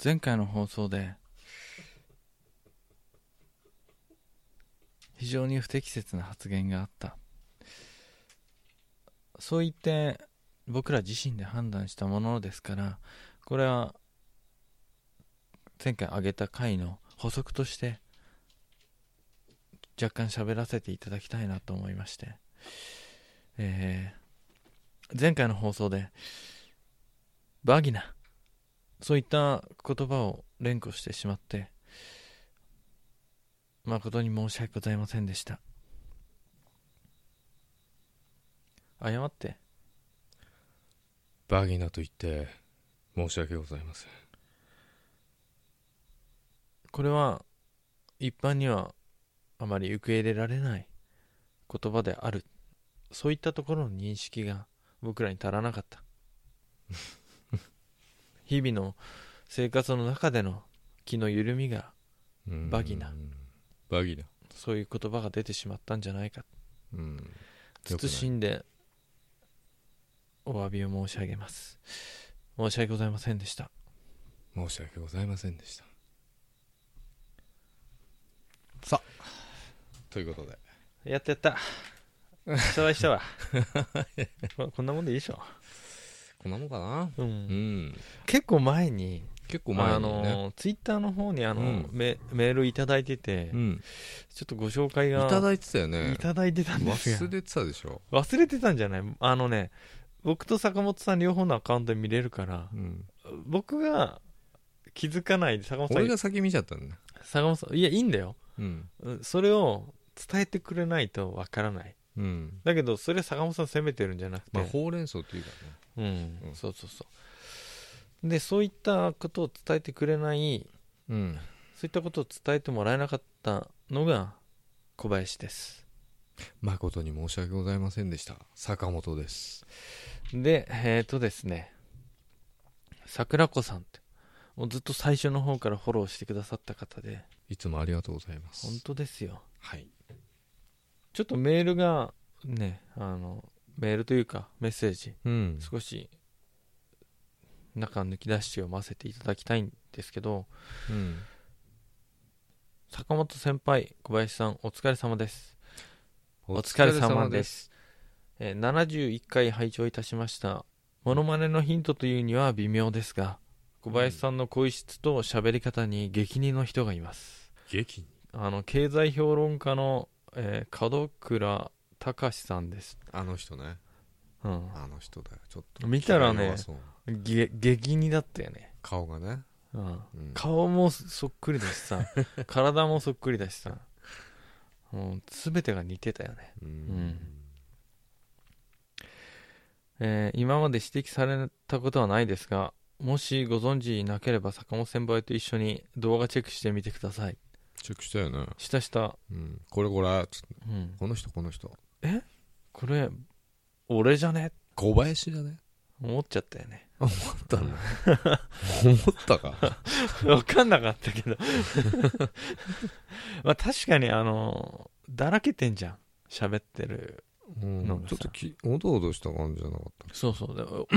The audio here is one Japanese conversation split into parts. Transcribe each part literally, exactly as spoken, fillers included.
前回の放送で非常に不適切な発言があった。そう言って僕ら自身で判断したものですから、これは前回挙げた回の補足として若干喋らせていただきたいなと思いまして、えー、前回の放送でバギナ、そういった言葉を連呼してしまって誠に申し訳ございませんでした。謝って。 バギナと言って申し訳ございません。 これは一般にはあまり受け入れられない言葉である、そういったところの認識が僕らに足らなかった日々の生活の中での気の緩みがバギナ、 バギナ、 そういう言葉が出てしまったんじゃないか。 うん、 謹んでお詫びを申し上げます。申し訳ございませんでした。 申し訳ございませんでした。さあ、ということでやったやったしたわしたわこんなもんでいいでしょ。 こんなもんかな、 うん、 うん、 結構前に結構前にね、 あのツイッターの方にあの、 うん、 メ, メールいただいてて、うん、ちょっとご紹介がいただいてたよね。 いただいてたんですが忘れてたでしょ。 忘れてたんじゃない。あのね、僕と坂本さん両方のアカウントで見れるから、うん、僕が気づかないで坂本さん、 俺が先見ちゃったんだ。 坂本さん、いやいいんだよ、うん、それを伝えてくれないとわからない、うん、だけどそれ坂本さん責めてるんじゃなくて、 まあ、ほうれん草っていうかね、 うん、うん、そうそうそう。でそういったことを伝えてくれない、うん、そういったことを伝えてもらえなかったのが小林です。 誠に申し訳ございませんでした。坂本です。 でえっ、ー、とですね桜子さんってもうずっと最初の方からフォローしてくださった方で、 いつもありがとうございます。 本当ですよ。 はい。 ちょっとメールがね、あのメールというかメッセージ、うん、少し中抜き出して読ませていただきたいんですけど、うん、坂本先輩、小林さん、お疲れ様です。お疲れ様です。えー、ななじゅういっかい拝聴いたしました。モノマネのヒントというには微妙ですが、小林さんの声質と喋り方に激似の人がいます。 激似？ あの経済評論家の、えー、門倉隆さんです。 あの人ね、うん、あの人だよ。ちょっと見たらね、げ激似だったよね、 顔がね、 うんうん、顔もそっくりだしさ体もそっくりだしさ、もう全てが似てたよね。うん、うんえー、今まで指摘されたことはないですが、もしご存知なければ坂本先輩と一緒に動画チェックしてみてください。 チェックしたよね。 したした、 うん、これこれつって、うん、この人この人、 えこれ俺じゃね、 小林じゃね、 思っちゃったよね。 思ったんだ思ったか分かんなかったけどまあ確かにあのだらけてんじゃん、喋ってるのがさ、 うん、ちょっときおどおどした感じじゃなかった。 そうそう、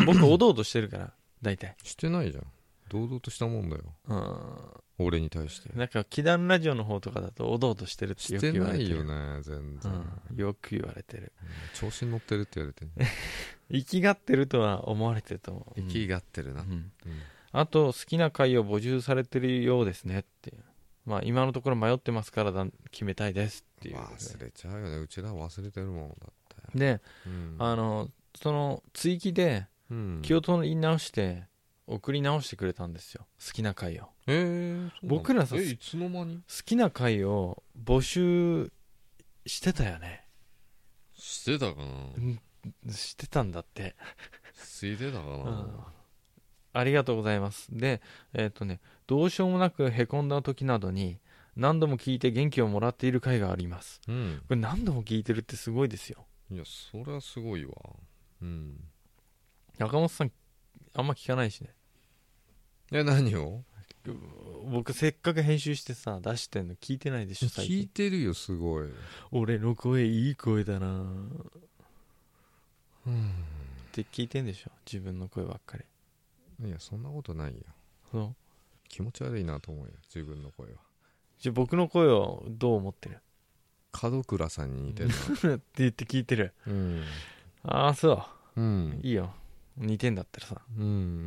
僕おどおどしてるから大体してないじゃん、堂々としたもんだよ、うん、俺に対して。 なんか祈願ラジオの方とかだとおどおどしてるってよく言われてる。 してないよね全然、 うん、よく言われてる、 うん、調子に乗ってるって言われてる、ね、 生きがってるとは思われてると思う。 生きがってるな、うんうん、 あと好きな回を募集されてるようですねっていう、まあ今のところ迷ってますからだ決めたいですっていう、ね、 忘れちゃうよね、うちら忘れてるもんだってで、うん、あのその追記で気を取り直して送り直してくれたんですよ、好きな回を。 えー、 僕らさ、 えいつの間に好きな回を募集してたよね。 してたかな、 してたんだってしてたかな、うん、 ありがとうございます。で、えっとね、どうしようもなくへこんだ時などに何度も聞いて元気をもらっている回があります、うん、これ何度も聞いてるってすごいですよ。 いやそれはすごいわ、うん、 中本さんあんま聞かないしね。 え、何を？ 僕せっかく編集してさ出してんの聞いてないでしょ最近。 聞いてるよ、すごい。 俺の声いい声だなうんって聞いてんでしょ自分の声ばっかり。 いやそんなことないよ。 そう気持ち悪いなと思うよ自分の声は。 じゃあ僕の声をどう思ってる？ 門倉さんに似てるなって言って聞いてる。 うん。 ああそう、 うん、 いいよ似てんだったらさ、 うん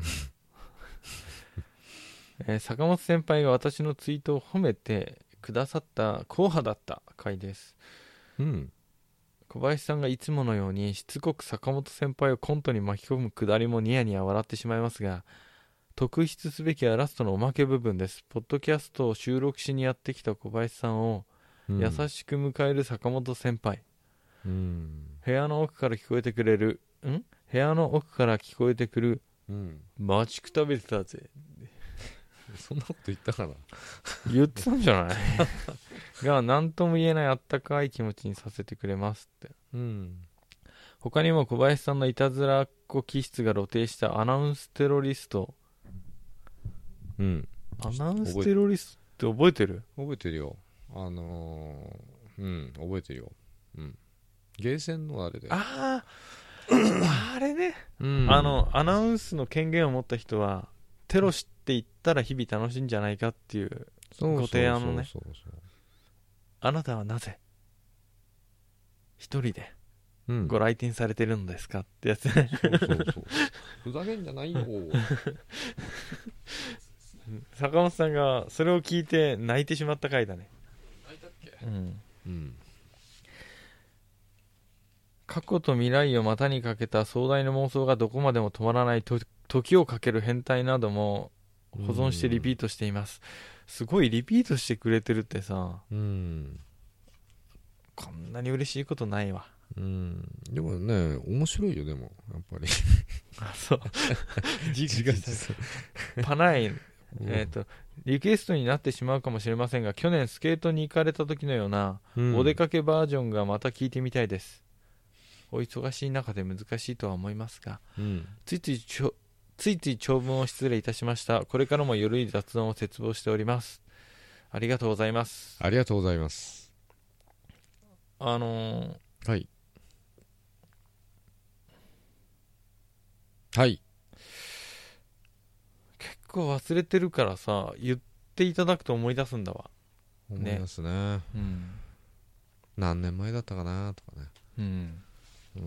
えー、坂本先輩が私のツイートを褒めてくださった硬派だった回です。 うん。 小林さんがいつものようにしつこく坂本先輩をコントに巻き込むくだりもニヤニヤ笑ってしまいますが、特筆すべきはラストのおまけ部分です。ポッドキャストを収録しにやってきた小林さんを優しく迎える坂本先輩、うん、部屋の奥から聞こえてくれるん部屋の奥から聞こえてくる、うん、待ちくたびれてたぜそんなこと言ったかな言ってたんじゃないが何とも言えないあったかい気持ちにさせてくれますって、うん、他にも小林さんのいたずらっ子気質が露呈したアナウンステロリスト、うん、アナウンステロリストって覚えてる？ 覚えてるよ。あのー、うん覚えてるよ。うん。ゲーセンのあれで。 あああれね、うん、あのアナウンスの権限を持った人はテロしていったら日々楽しいんじゃないかっていうご提案のね。そうそうそうそう。あなたはなぜ一人でご来店されてるのですかってやつね、うん、そうそうそうふざけんじゃないよ坂本さんがそれを聞いて泣いてしまった回だね。 泣いたっけ？ うん、うん、過去と未来を股にかけた壮大な妄想がどこまでも止まらないと時をかける変態なども保存してリピートしています。すごいリピートしてくれてるってさ、うん、こんなに嬉しいことないわ。 うん、でもね面白いよ。でもやっぱりあそう自画自賛パナイえーと、リクエストになってしまうかもしれませんが、去年スケートに行かれた時のようなお出かけバージョンがまた聞いてみたいです、うん、お忙しい中で難しいとは思いますが、うん、ついついちょついつい長文を失礼いたしました。これからもゆるい雑談を切望しております。ありがとうございます。 ありがとうございます。 あのー、はいはい結構忘れてるからさ、言っていただくと思い出すんだわ。 思い出すね、うん、何年前だったかなとかね、うんうん、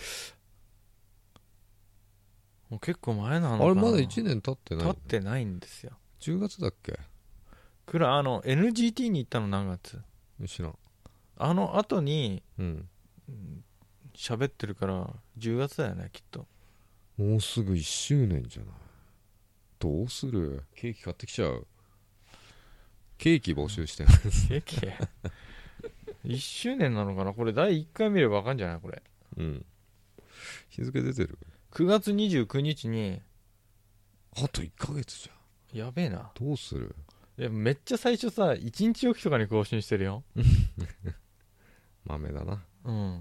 もう結構前なのかな。 あれまだいちねん経ってない？ 経ってないんですよ。 じゅうがつだっけ？ くらあの エヌジーティー に行ったの何月？ 知らん。 あの後に喋、うん、ってるからじゅうがつだよねきっと。 もうすぐいっしゅうねんじゃない。どうする？ケーキ買ってきちゃう。ケーキ募集してます。 ケーキいっしゅうねんなのかなこれ。だいいっかい見れば分かんじゃないこれ。 うん。日付出てる。 くがつにじゅうくにちに。 あといっかげつじゃん。やべえな。 どうする？ いやめっちゃ最初さいちにちおきとかに更新してるよ豆だな。うん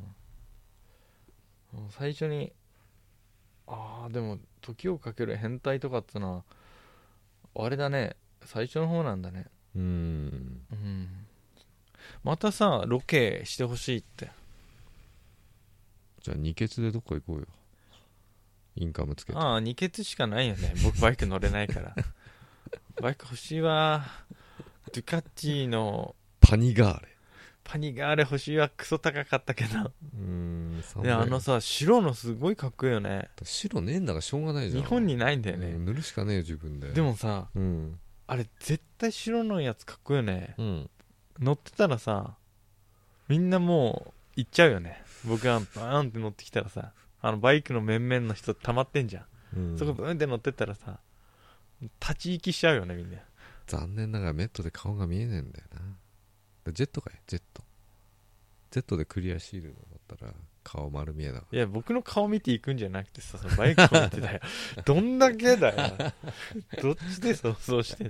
最初にああでも時をかける変態とかってのはあれだね、最初の方なんだね。うーん、うん、またさロケしてほしいって。 じゃあ二欠でどっか行こうよ。インカムつけて。 ああ二欠しかないよね僕バイク乗れないからバイク欲しいわ。ドゥカッチのパニガーレパニガーレ欲しいわ。クソ高かったけど。うーんであのさ白のすごいかっこいいよね。 白ねえんだからしょうがないじゃん。 日本にないんだよね、 うん、塗るしかねえよ自分で。 でもさ、うん、あれ絶対白のやつかっこいいよね、うん、乗ってたらさみんなもう行っちゃうよね。僕がバーンって乗ってきたらさあのバイクの面々の人溜まってんじゃん、うん、そこブーンって乗ってったらさ立ち息しちゃうよねみんな。 残念ながらメットで顔が見えねえんだよな。ジェットかいジェットジェットでクリアシールドだったら顔丸見えだ。 いや僕の顔見ていくんじゃなくてさそのバイクを見てだよどんだけだよどっちで想像してん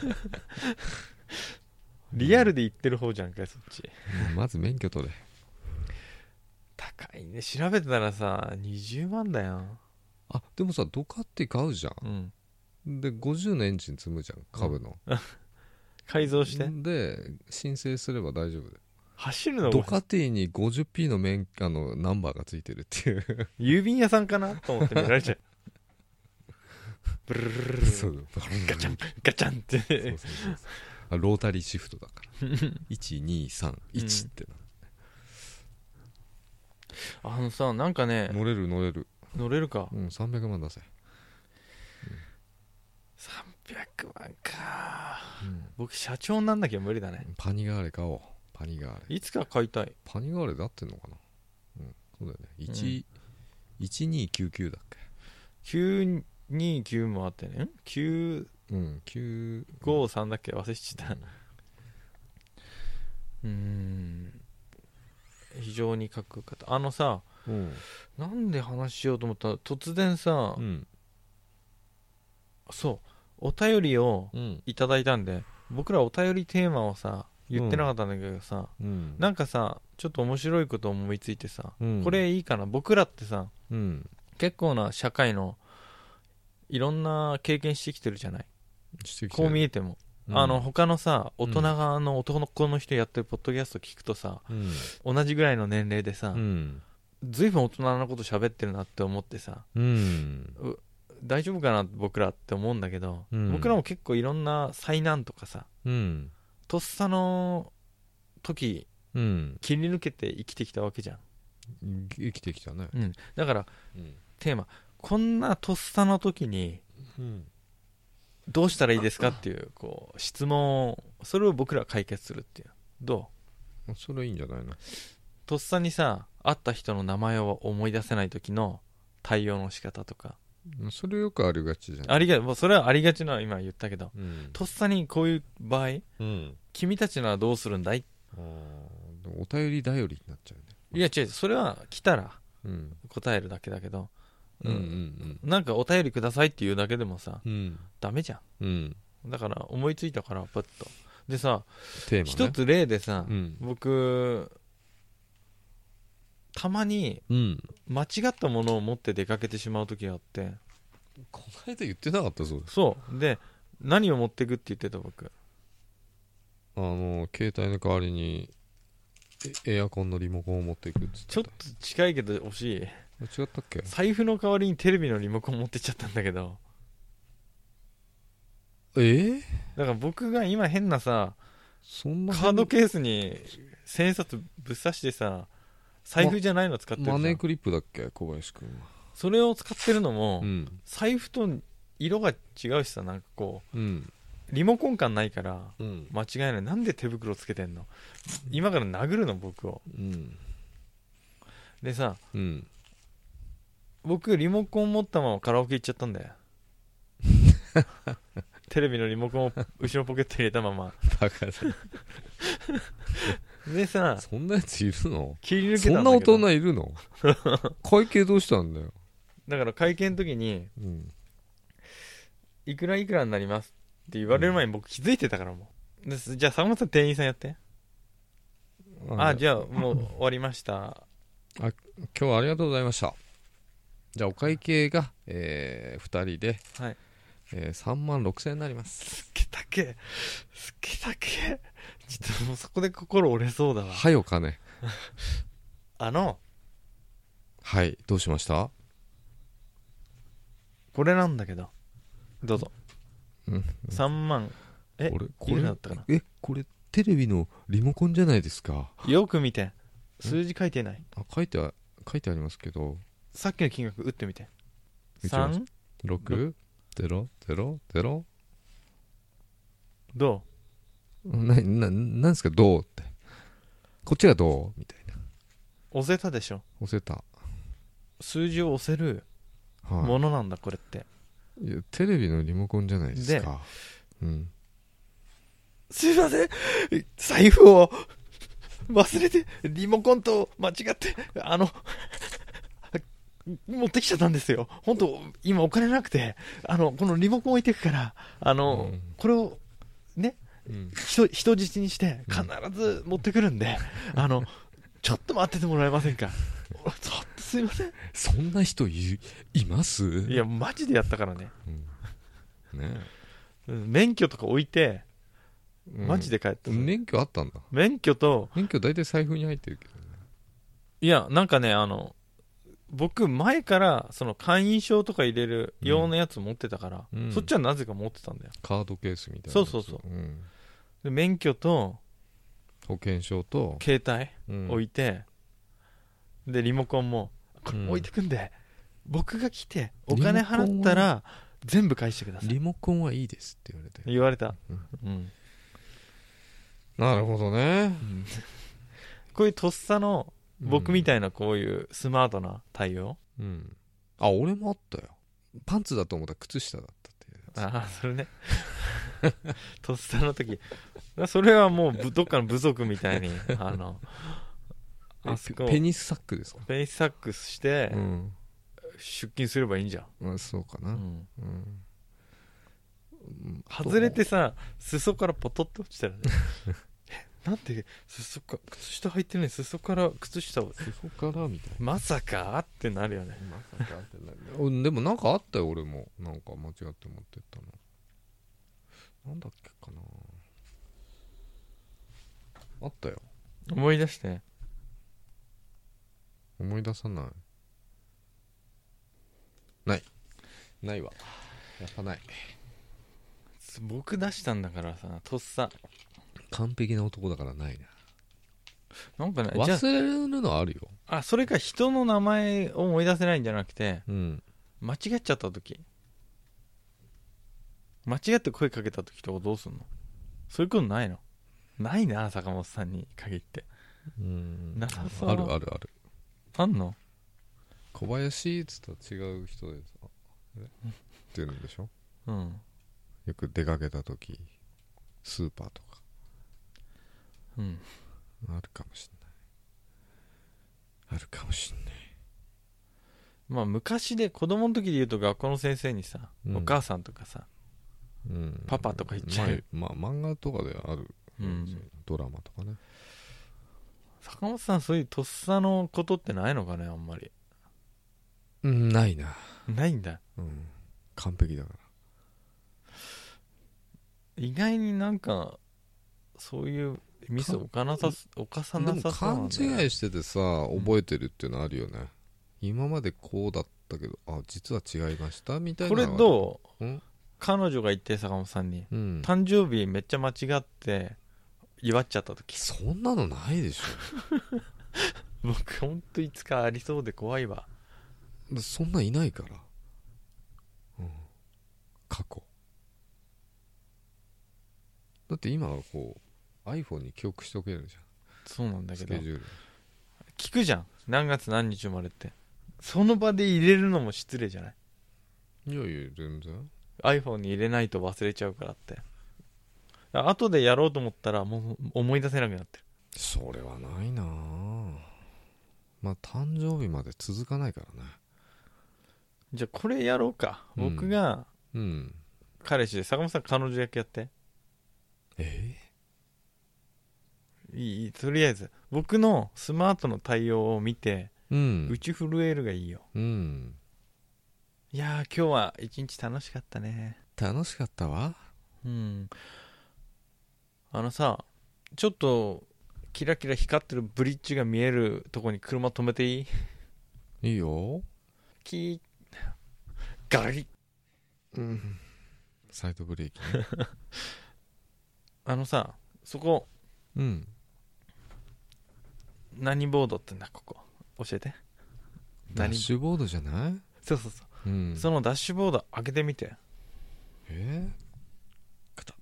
リアルで言ってる方じゃんかいそっち。 まず免許取れ。 高いね。調べてたらさにじゅうまんだよ。 あでもさドカって買うじゃん、うん、でごじゅうのエンジン積むじゃん株の、うん、 改造してで申請すれば大丈夫だよ。 走るのドカティに ごじゅっピー の免あのナンバーがついてるっていう郵便屋さんかなと思って見られちゃうブルルルルルそうガチャンガチャンってそうそうそうあロータリーシフトだからいちにさんいちってな、 あのさなんかね乗れる乗れる乗れるか、 うん、さんびゃくまん出せ、 さんびゃくまんか、 うん、 僕社長になんなきゃ無理だね。 パニガーレ買おう。パニガーレいつか買いたい。 パニガーレで合ってんのかな。うん、そうだよね。いち、うん、いちにきゅうきゅうだっけ。 きゅうにきゅうもあってね。きゅう、 うん、きゅうごさんだっけ忘れちゃった。うーん。非常にかっこよかった。あのさ、うん、なんで話しようと思ったら突然さ、うん、そうお便りをいただいたんで、うん、僕らお便りテーマをさ言ってなかったんだけどさ、うん、なんかさちょっと面白いこと思いついてさ、うん、これいいかな。僕らってさ、うん、結構な社会のいろんな経験してきてるじゃない。こう見えても、うん、あの他のさ大人があの男の子の人やってるポッドキャスト聞くとさ、うん、同じぐらいの年齢でさ、うん、ずいぶん大人なこと喋ってるなって思ってさ、うん、大丈夫かな僕らって思うんだけど、うん、僕らも結構いろんな災難とかさ、うん、とっさの時、うん、切り抜けて生きてきたわけじゃん。 生きてきたね、 うん、だから、うん、テーマこんなとっさの時に、うん、どうしたらいいですかっていう、こう質問を、それを僕ら解決するっていう。どう？それいいんじゃないの。 とっさにさ会った人の名前を思い出せない時の対応の仕方とか。 それよくありがちじゃん。 ありがもうそれはありがちなのは今言ったけど、うん、とっさにこういう場合、うん、君たちならどうするんだい。あお便り頼りになっちゃうね。 いや違う、それは来たら答えるだけだけど、うんうんうんうん、なんかお便りくださいっていうだけでもさ、うん、ダメじゃん、うん、だから思いついたからパッとでさ、テーマね、一つ例でさ、うん、僕たまに間違ったものを持って出かけてしまう時があって、 この間言ってなかったそうです。 そうで何を持ってくって言ってた僕。 あの携帯の代わりにエアコンのリモコンを持っていくっつって。 ちょっと近いけど惜しい。 違ったっけ。 財布の代わりにテレビのリモコン持ってっちゃったんだけど。 えー、 だから僕が今変なさそんなカードケースに千円札ぶっ刺してさ財布じゃないの使ってるじゃん。 マネークリップだっけ小林くんは。 それを使ってるのも、うん、財布と色が違うしさ、なんかこう、うん、リモコン感ないから、うん、間違いない。なんで手袋つけてんの、今から殴るの僕を、うん、でさ、うん、僕リモコン持ったままカラオケ行っちゃったんだよテレビのリモコンを後ろポケットに入れたままバカだでさ、 そんなやついるの。 切り抜けたんだけど。 そんな大人いるの会計どうしたんだよ。 だから会計の時に、うん、いくらいくらになりますって言われる前に僕気づいてたからもう、うん、じゃあ坂本さん店員さんやって。ああじゃあもう終わりました。あ今日はありがとうございました。じゃあお会計が、えー、ふたりで、はいえー、さんまんろくせんえんになります。 すっげたけすっげたけちょっともうそこで心折れそうだわ。 はいお金あのはいどうしました。 これなんだけどどうぞ、うん、さんまんえこれこれだったかな。えこれテレビのリモコンじゃないですか。 よく見て数字書いてない。 あ書いてあ書いてありますけど、 さっきの金額打ってみて。さんろく ゼロ ゼロ ゼロどうな、な、なんですかどうってこっちがどうみたいな。 押せたでしょ。 押せた。 数字を押せるものなんだ、はい、これっていやテレビのリモコンじゃないですか。うん、 すいません財布を忘れてリモコンと間違ってあの持ってきちゃったんですよ。本当今お金なくてあのこのリモコン置いてくからあの、うん、これをね、うん、人, 人質にして必ず持ってくるんで、うん、あのちょっと待っててもらえませんか。ちょっとすいません。 そんな人 い, いますいやマジでやったからね、 うん、ね免許とか置いてマジで帰った、うん、 免許あったんだ。 免許と免許大体財布に入ってるけどね。 いやなんかねあの僕前からその会員証とか入れる用のやつ持ってたから、うん、そっちはなぜか持ってたんだよ。 カードケースみたいな。 そうそうそう、うん、で免許と保険証と携帯置いて、うん、でリモコンもこれ置いてくんで、うん、僕が来てお金払ったら全部返してください。 リモコンはいいですって言われて言われた、 うんうん、なるほどね、うん、 こういうとっさの僕みたいなこういうスマートな対応、 うん、あ、俺もあったよ。パンツだと思ったら靴下だったっていうやつ。 ああ、それねとっさの時それはもうどっかの部族みたいにあのあそこペニスサックですか。 ペニスサックして、うん、出勤すればいいんじゃん。 あ、そうかな、うんうん、外れてさ裾からポトッと落ちたらねなんで裾か靴下履いてるのに裾から靴下を裾からみたいな、 まさかってなるよね。 まさかってなるでもなんかあったよ、俺もなんか間違って持ってったの。なんだっけかな、あったよ。 思い出して。 思い出さない。ないないわ、やっぱない。 僕出したんだからさ、とっさ完璧な男だからないな。 なんかね、 忘れるのあるよ。 あ、それか人の名前を思い出せないんじゃなくて、うん、間違っちゃった時、間違って声かけた時とかどうすんの？そういうことないの？ないな、坂本さんに限って。 うん、 なさそう。 あるあるある。 あんの？ 小林っつったら違う人でさえって言うんでしょ。うん。よく出かけた時スーパーとか、うん、あるかもしんない。あるかもしんない。 まあ昔で子供の時で言うと学校の先生にさ、うん、お母さんとかさ、うん、パパとか言っちゃう。 まあ、まあ、漫画とかである、うん、ドラマとかね。 坂本さんそういうとっさのことってないのかね、あんまり。 うん、ないな。 ないんだ。 うん、完璧だから。 意外になんかそういうミスを犯なさ犯さなさそうなんだ。 でも勘違いしててさ覚えてるっていうのあるよね、うん、今までこうだったけどあ実は違いましたみたいな。 これどう？彼女が言って坂本さんに、うん、誕生日めっちゃ間違って祝っちゃった時。 そんなのないでしょ僕ほんといつかありそうで怖いわ。 そんないないから、うん、過去だって今はこう iPhone に記憶しておけるじゃん。 そうなんだけどスケジュール聞くじゃん、何月何日生まれって。その場で入れるのも失礼じゃない？ いやいや全然 iPhone に入れないと忘れちゃうからって。後でやろうと思ったらもう思い出せなくなってる。 それはないなぁ。まあ誕生日まで続かないからね。 じゃあこれやろうか、うん、僕が彼氏で坂本さん彼女役やって。 えー、いい、とりあえず僕のスマートの対応を見て、うん、打ち震えるがいいよ、うん、いやー今日は一日楽しかったね。 楽しかったわ。 うん。あのさ、ちょっとキラキラ光ってるブリッジが見えるとこに車止めていい？ いいよ。 キーガリッ、 うん、サイドブレーキねあのさ、そこ、 うん、 何ボードってんだここ、教えて。 ダッシュボードじゃない？ そうそうそう、うん、そのダッシュボード開けてみて。 えー、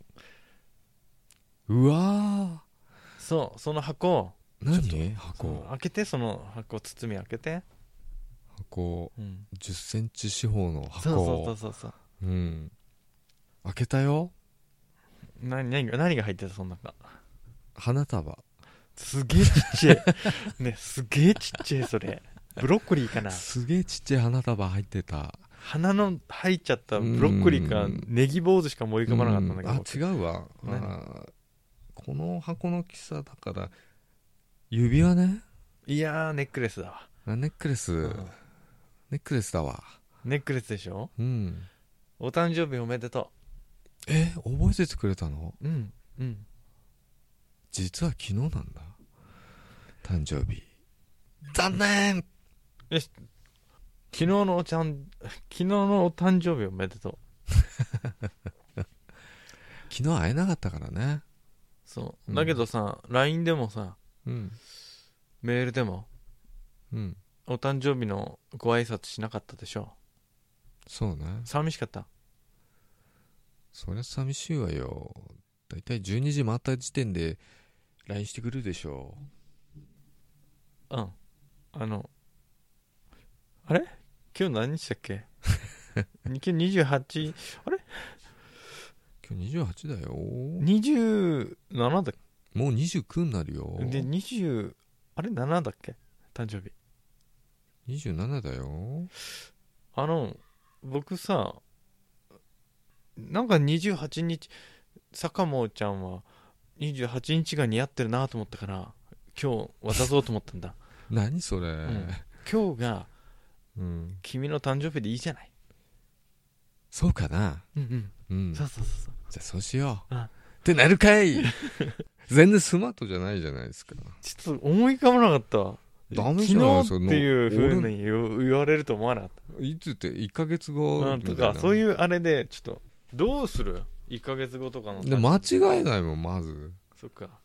うわー、 そう、その箱、 何箱開けて、その箱包み開けて、 箱、うん、じゅっセンチ四方の箱。 そうそうそうそう、 うん、開けたよ。 何、何が何が入ってたその中。 花束。 すげえちっちゃいね、すげえちっちゃい。それブロッコリーかな。 すげえちっちゃい花束入ってた。 花の入っちゃったブロッコリーかネギ坊主しか思い浮かばなかったんだけど。 あ、違うわ。あ、この箱の大きさだから指輪ね。 いやーネックレスだわ。 あ、ネックレス、うん、ネックレスだわ。 ネックレスでしょ。 うん。 お誕生日おめでとう。え、覚えててくれたの？ うんうん。 実は昨日なんだ誕生日。残念。 よし、昨日のおちゃん昨日のお誕生日おめでとう。昨日会えなかったからね。 そう、だけどさ、うん、ライン でもさ、 うん、 メールでも、 うん、 お誕生日のご挨拶しなかったでしょ。 そうね。 寂しかった。 そりゃ寂しいわよ。だいたいじゅうにじ回った時点で ライン してくるでしょ。 うん。あのあれ今日何日だっけ今日にじゅうはち、あれ今日にじゅうはちだよ。 にじゅうななだっけ。 もうにじゅうきゅうになるよ。 でにじゅう、あれななだっけ誕生日。 にじゅうななだよ。 あの僕さ、なんかにじゅうはちにち、坂本ちゃんはにじゅうはちにちが似合ってるなと思ったから今日渡そうと思ったんだ。 何それ、うん、 今日が、 うん、 君の誕生日でいいじゃない。 そうかな。 うんうん、うん、そうそうそう。 じゃあそうしようってなるかい。全然スマートじゃないじゃないですか。 ちょっと思い浮かばなかったわ。 ダメじゃないですか。 昨日っていう風に言われると思わなかった。 いつっていっかげつごみたいな、 とかそういうあれでちょっとどうするいっかげつごとかの。 で間違えないもんまず。 そっか。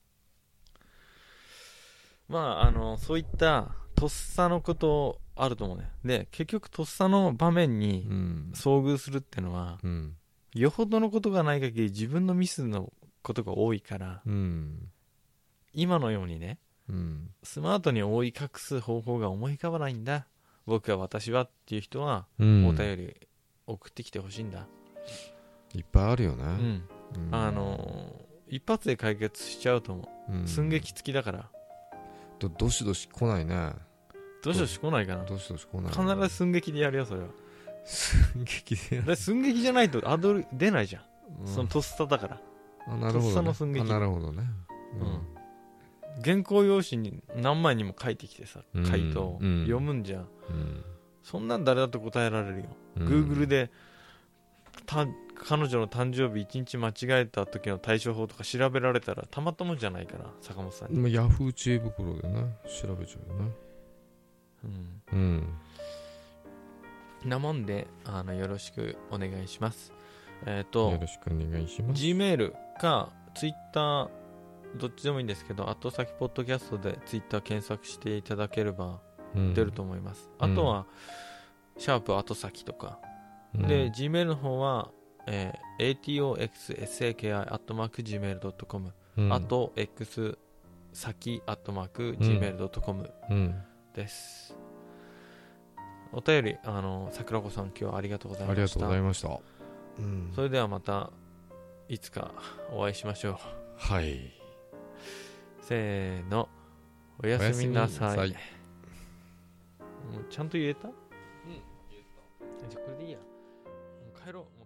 まああのそういったとっさのことあると思うね。で結局とっさの場面に遭遇するってのは、うん、よほどのことがない限り自分のミスのことが多いから、うん、今のようにね、うん、スマートに覆い隠す方法が思い浮かばないんだ。僕は私はっていう人は、うん、お便り送ってきてほしいんだ。 いっぱいあるよね、うんうん、あのー、一発で解決しちゃうと思う、うん、寸劇付きだから。 どどしどし来ないね。 どしどし来ないかな。 どしどし来ない、ね、 必ず寸劇でやるよそれは。 寸劇でやる。 寸劇じゃないとアドル出ないじゃん、うん、そのとっさだから。 あ、なるほどね、とっさの寸劇。 なるほどね、 うん、原稿用紙に何枚にも書いてきてさ、回答を読むんじゃ、うんうん、そんなん誰だって答えられるよ、うん、Google でた彼女の誕生日いちにち間違えた時の対処法とか調べられたらたまったもんじゃないかな、坂本さんに。 ヤフー知恵袋でね調べちゃうよね。うん、 うん、なもんであのよろしくお願いします。えっとよろしくお願いします。 Gmail か Twitter どっちでもいいんですけど、後先ポッドキャストで Twitter 検索していただければ出ると思います、うん、あとは、うん、シャープ後先とか、うん、で Gmail の方は、えー、エーティーオーエックスサキ アットマークジーメールドットコム、うん、あと X 先アットマーク ジーメールドットコム です、うん、お便りあの桜子さん今日はありがとうございました。 ありがとうございました、 うん、それではまたいつかお会いしましょう。 はい、 せーの、おやすみなさい。もうちゃんと言えた？うん、言えた。じゃあこれでいいや。もう帰ろう。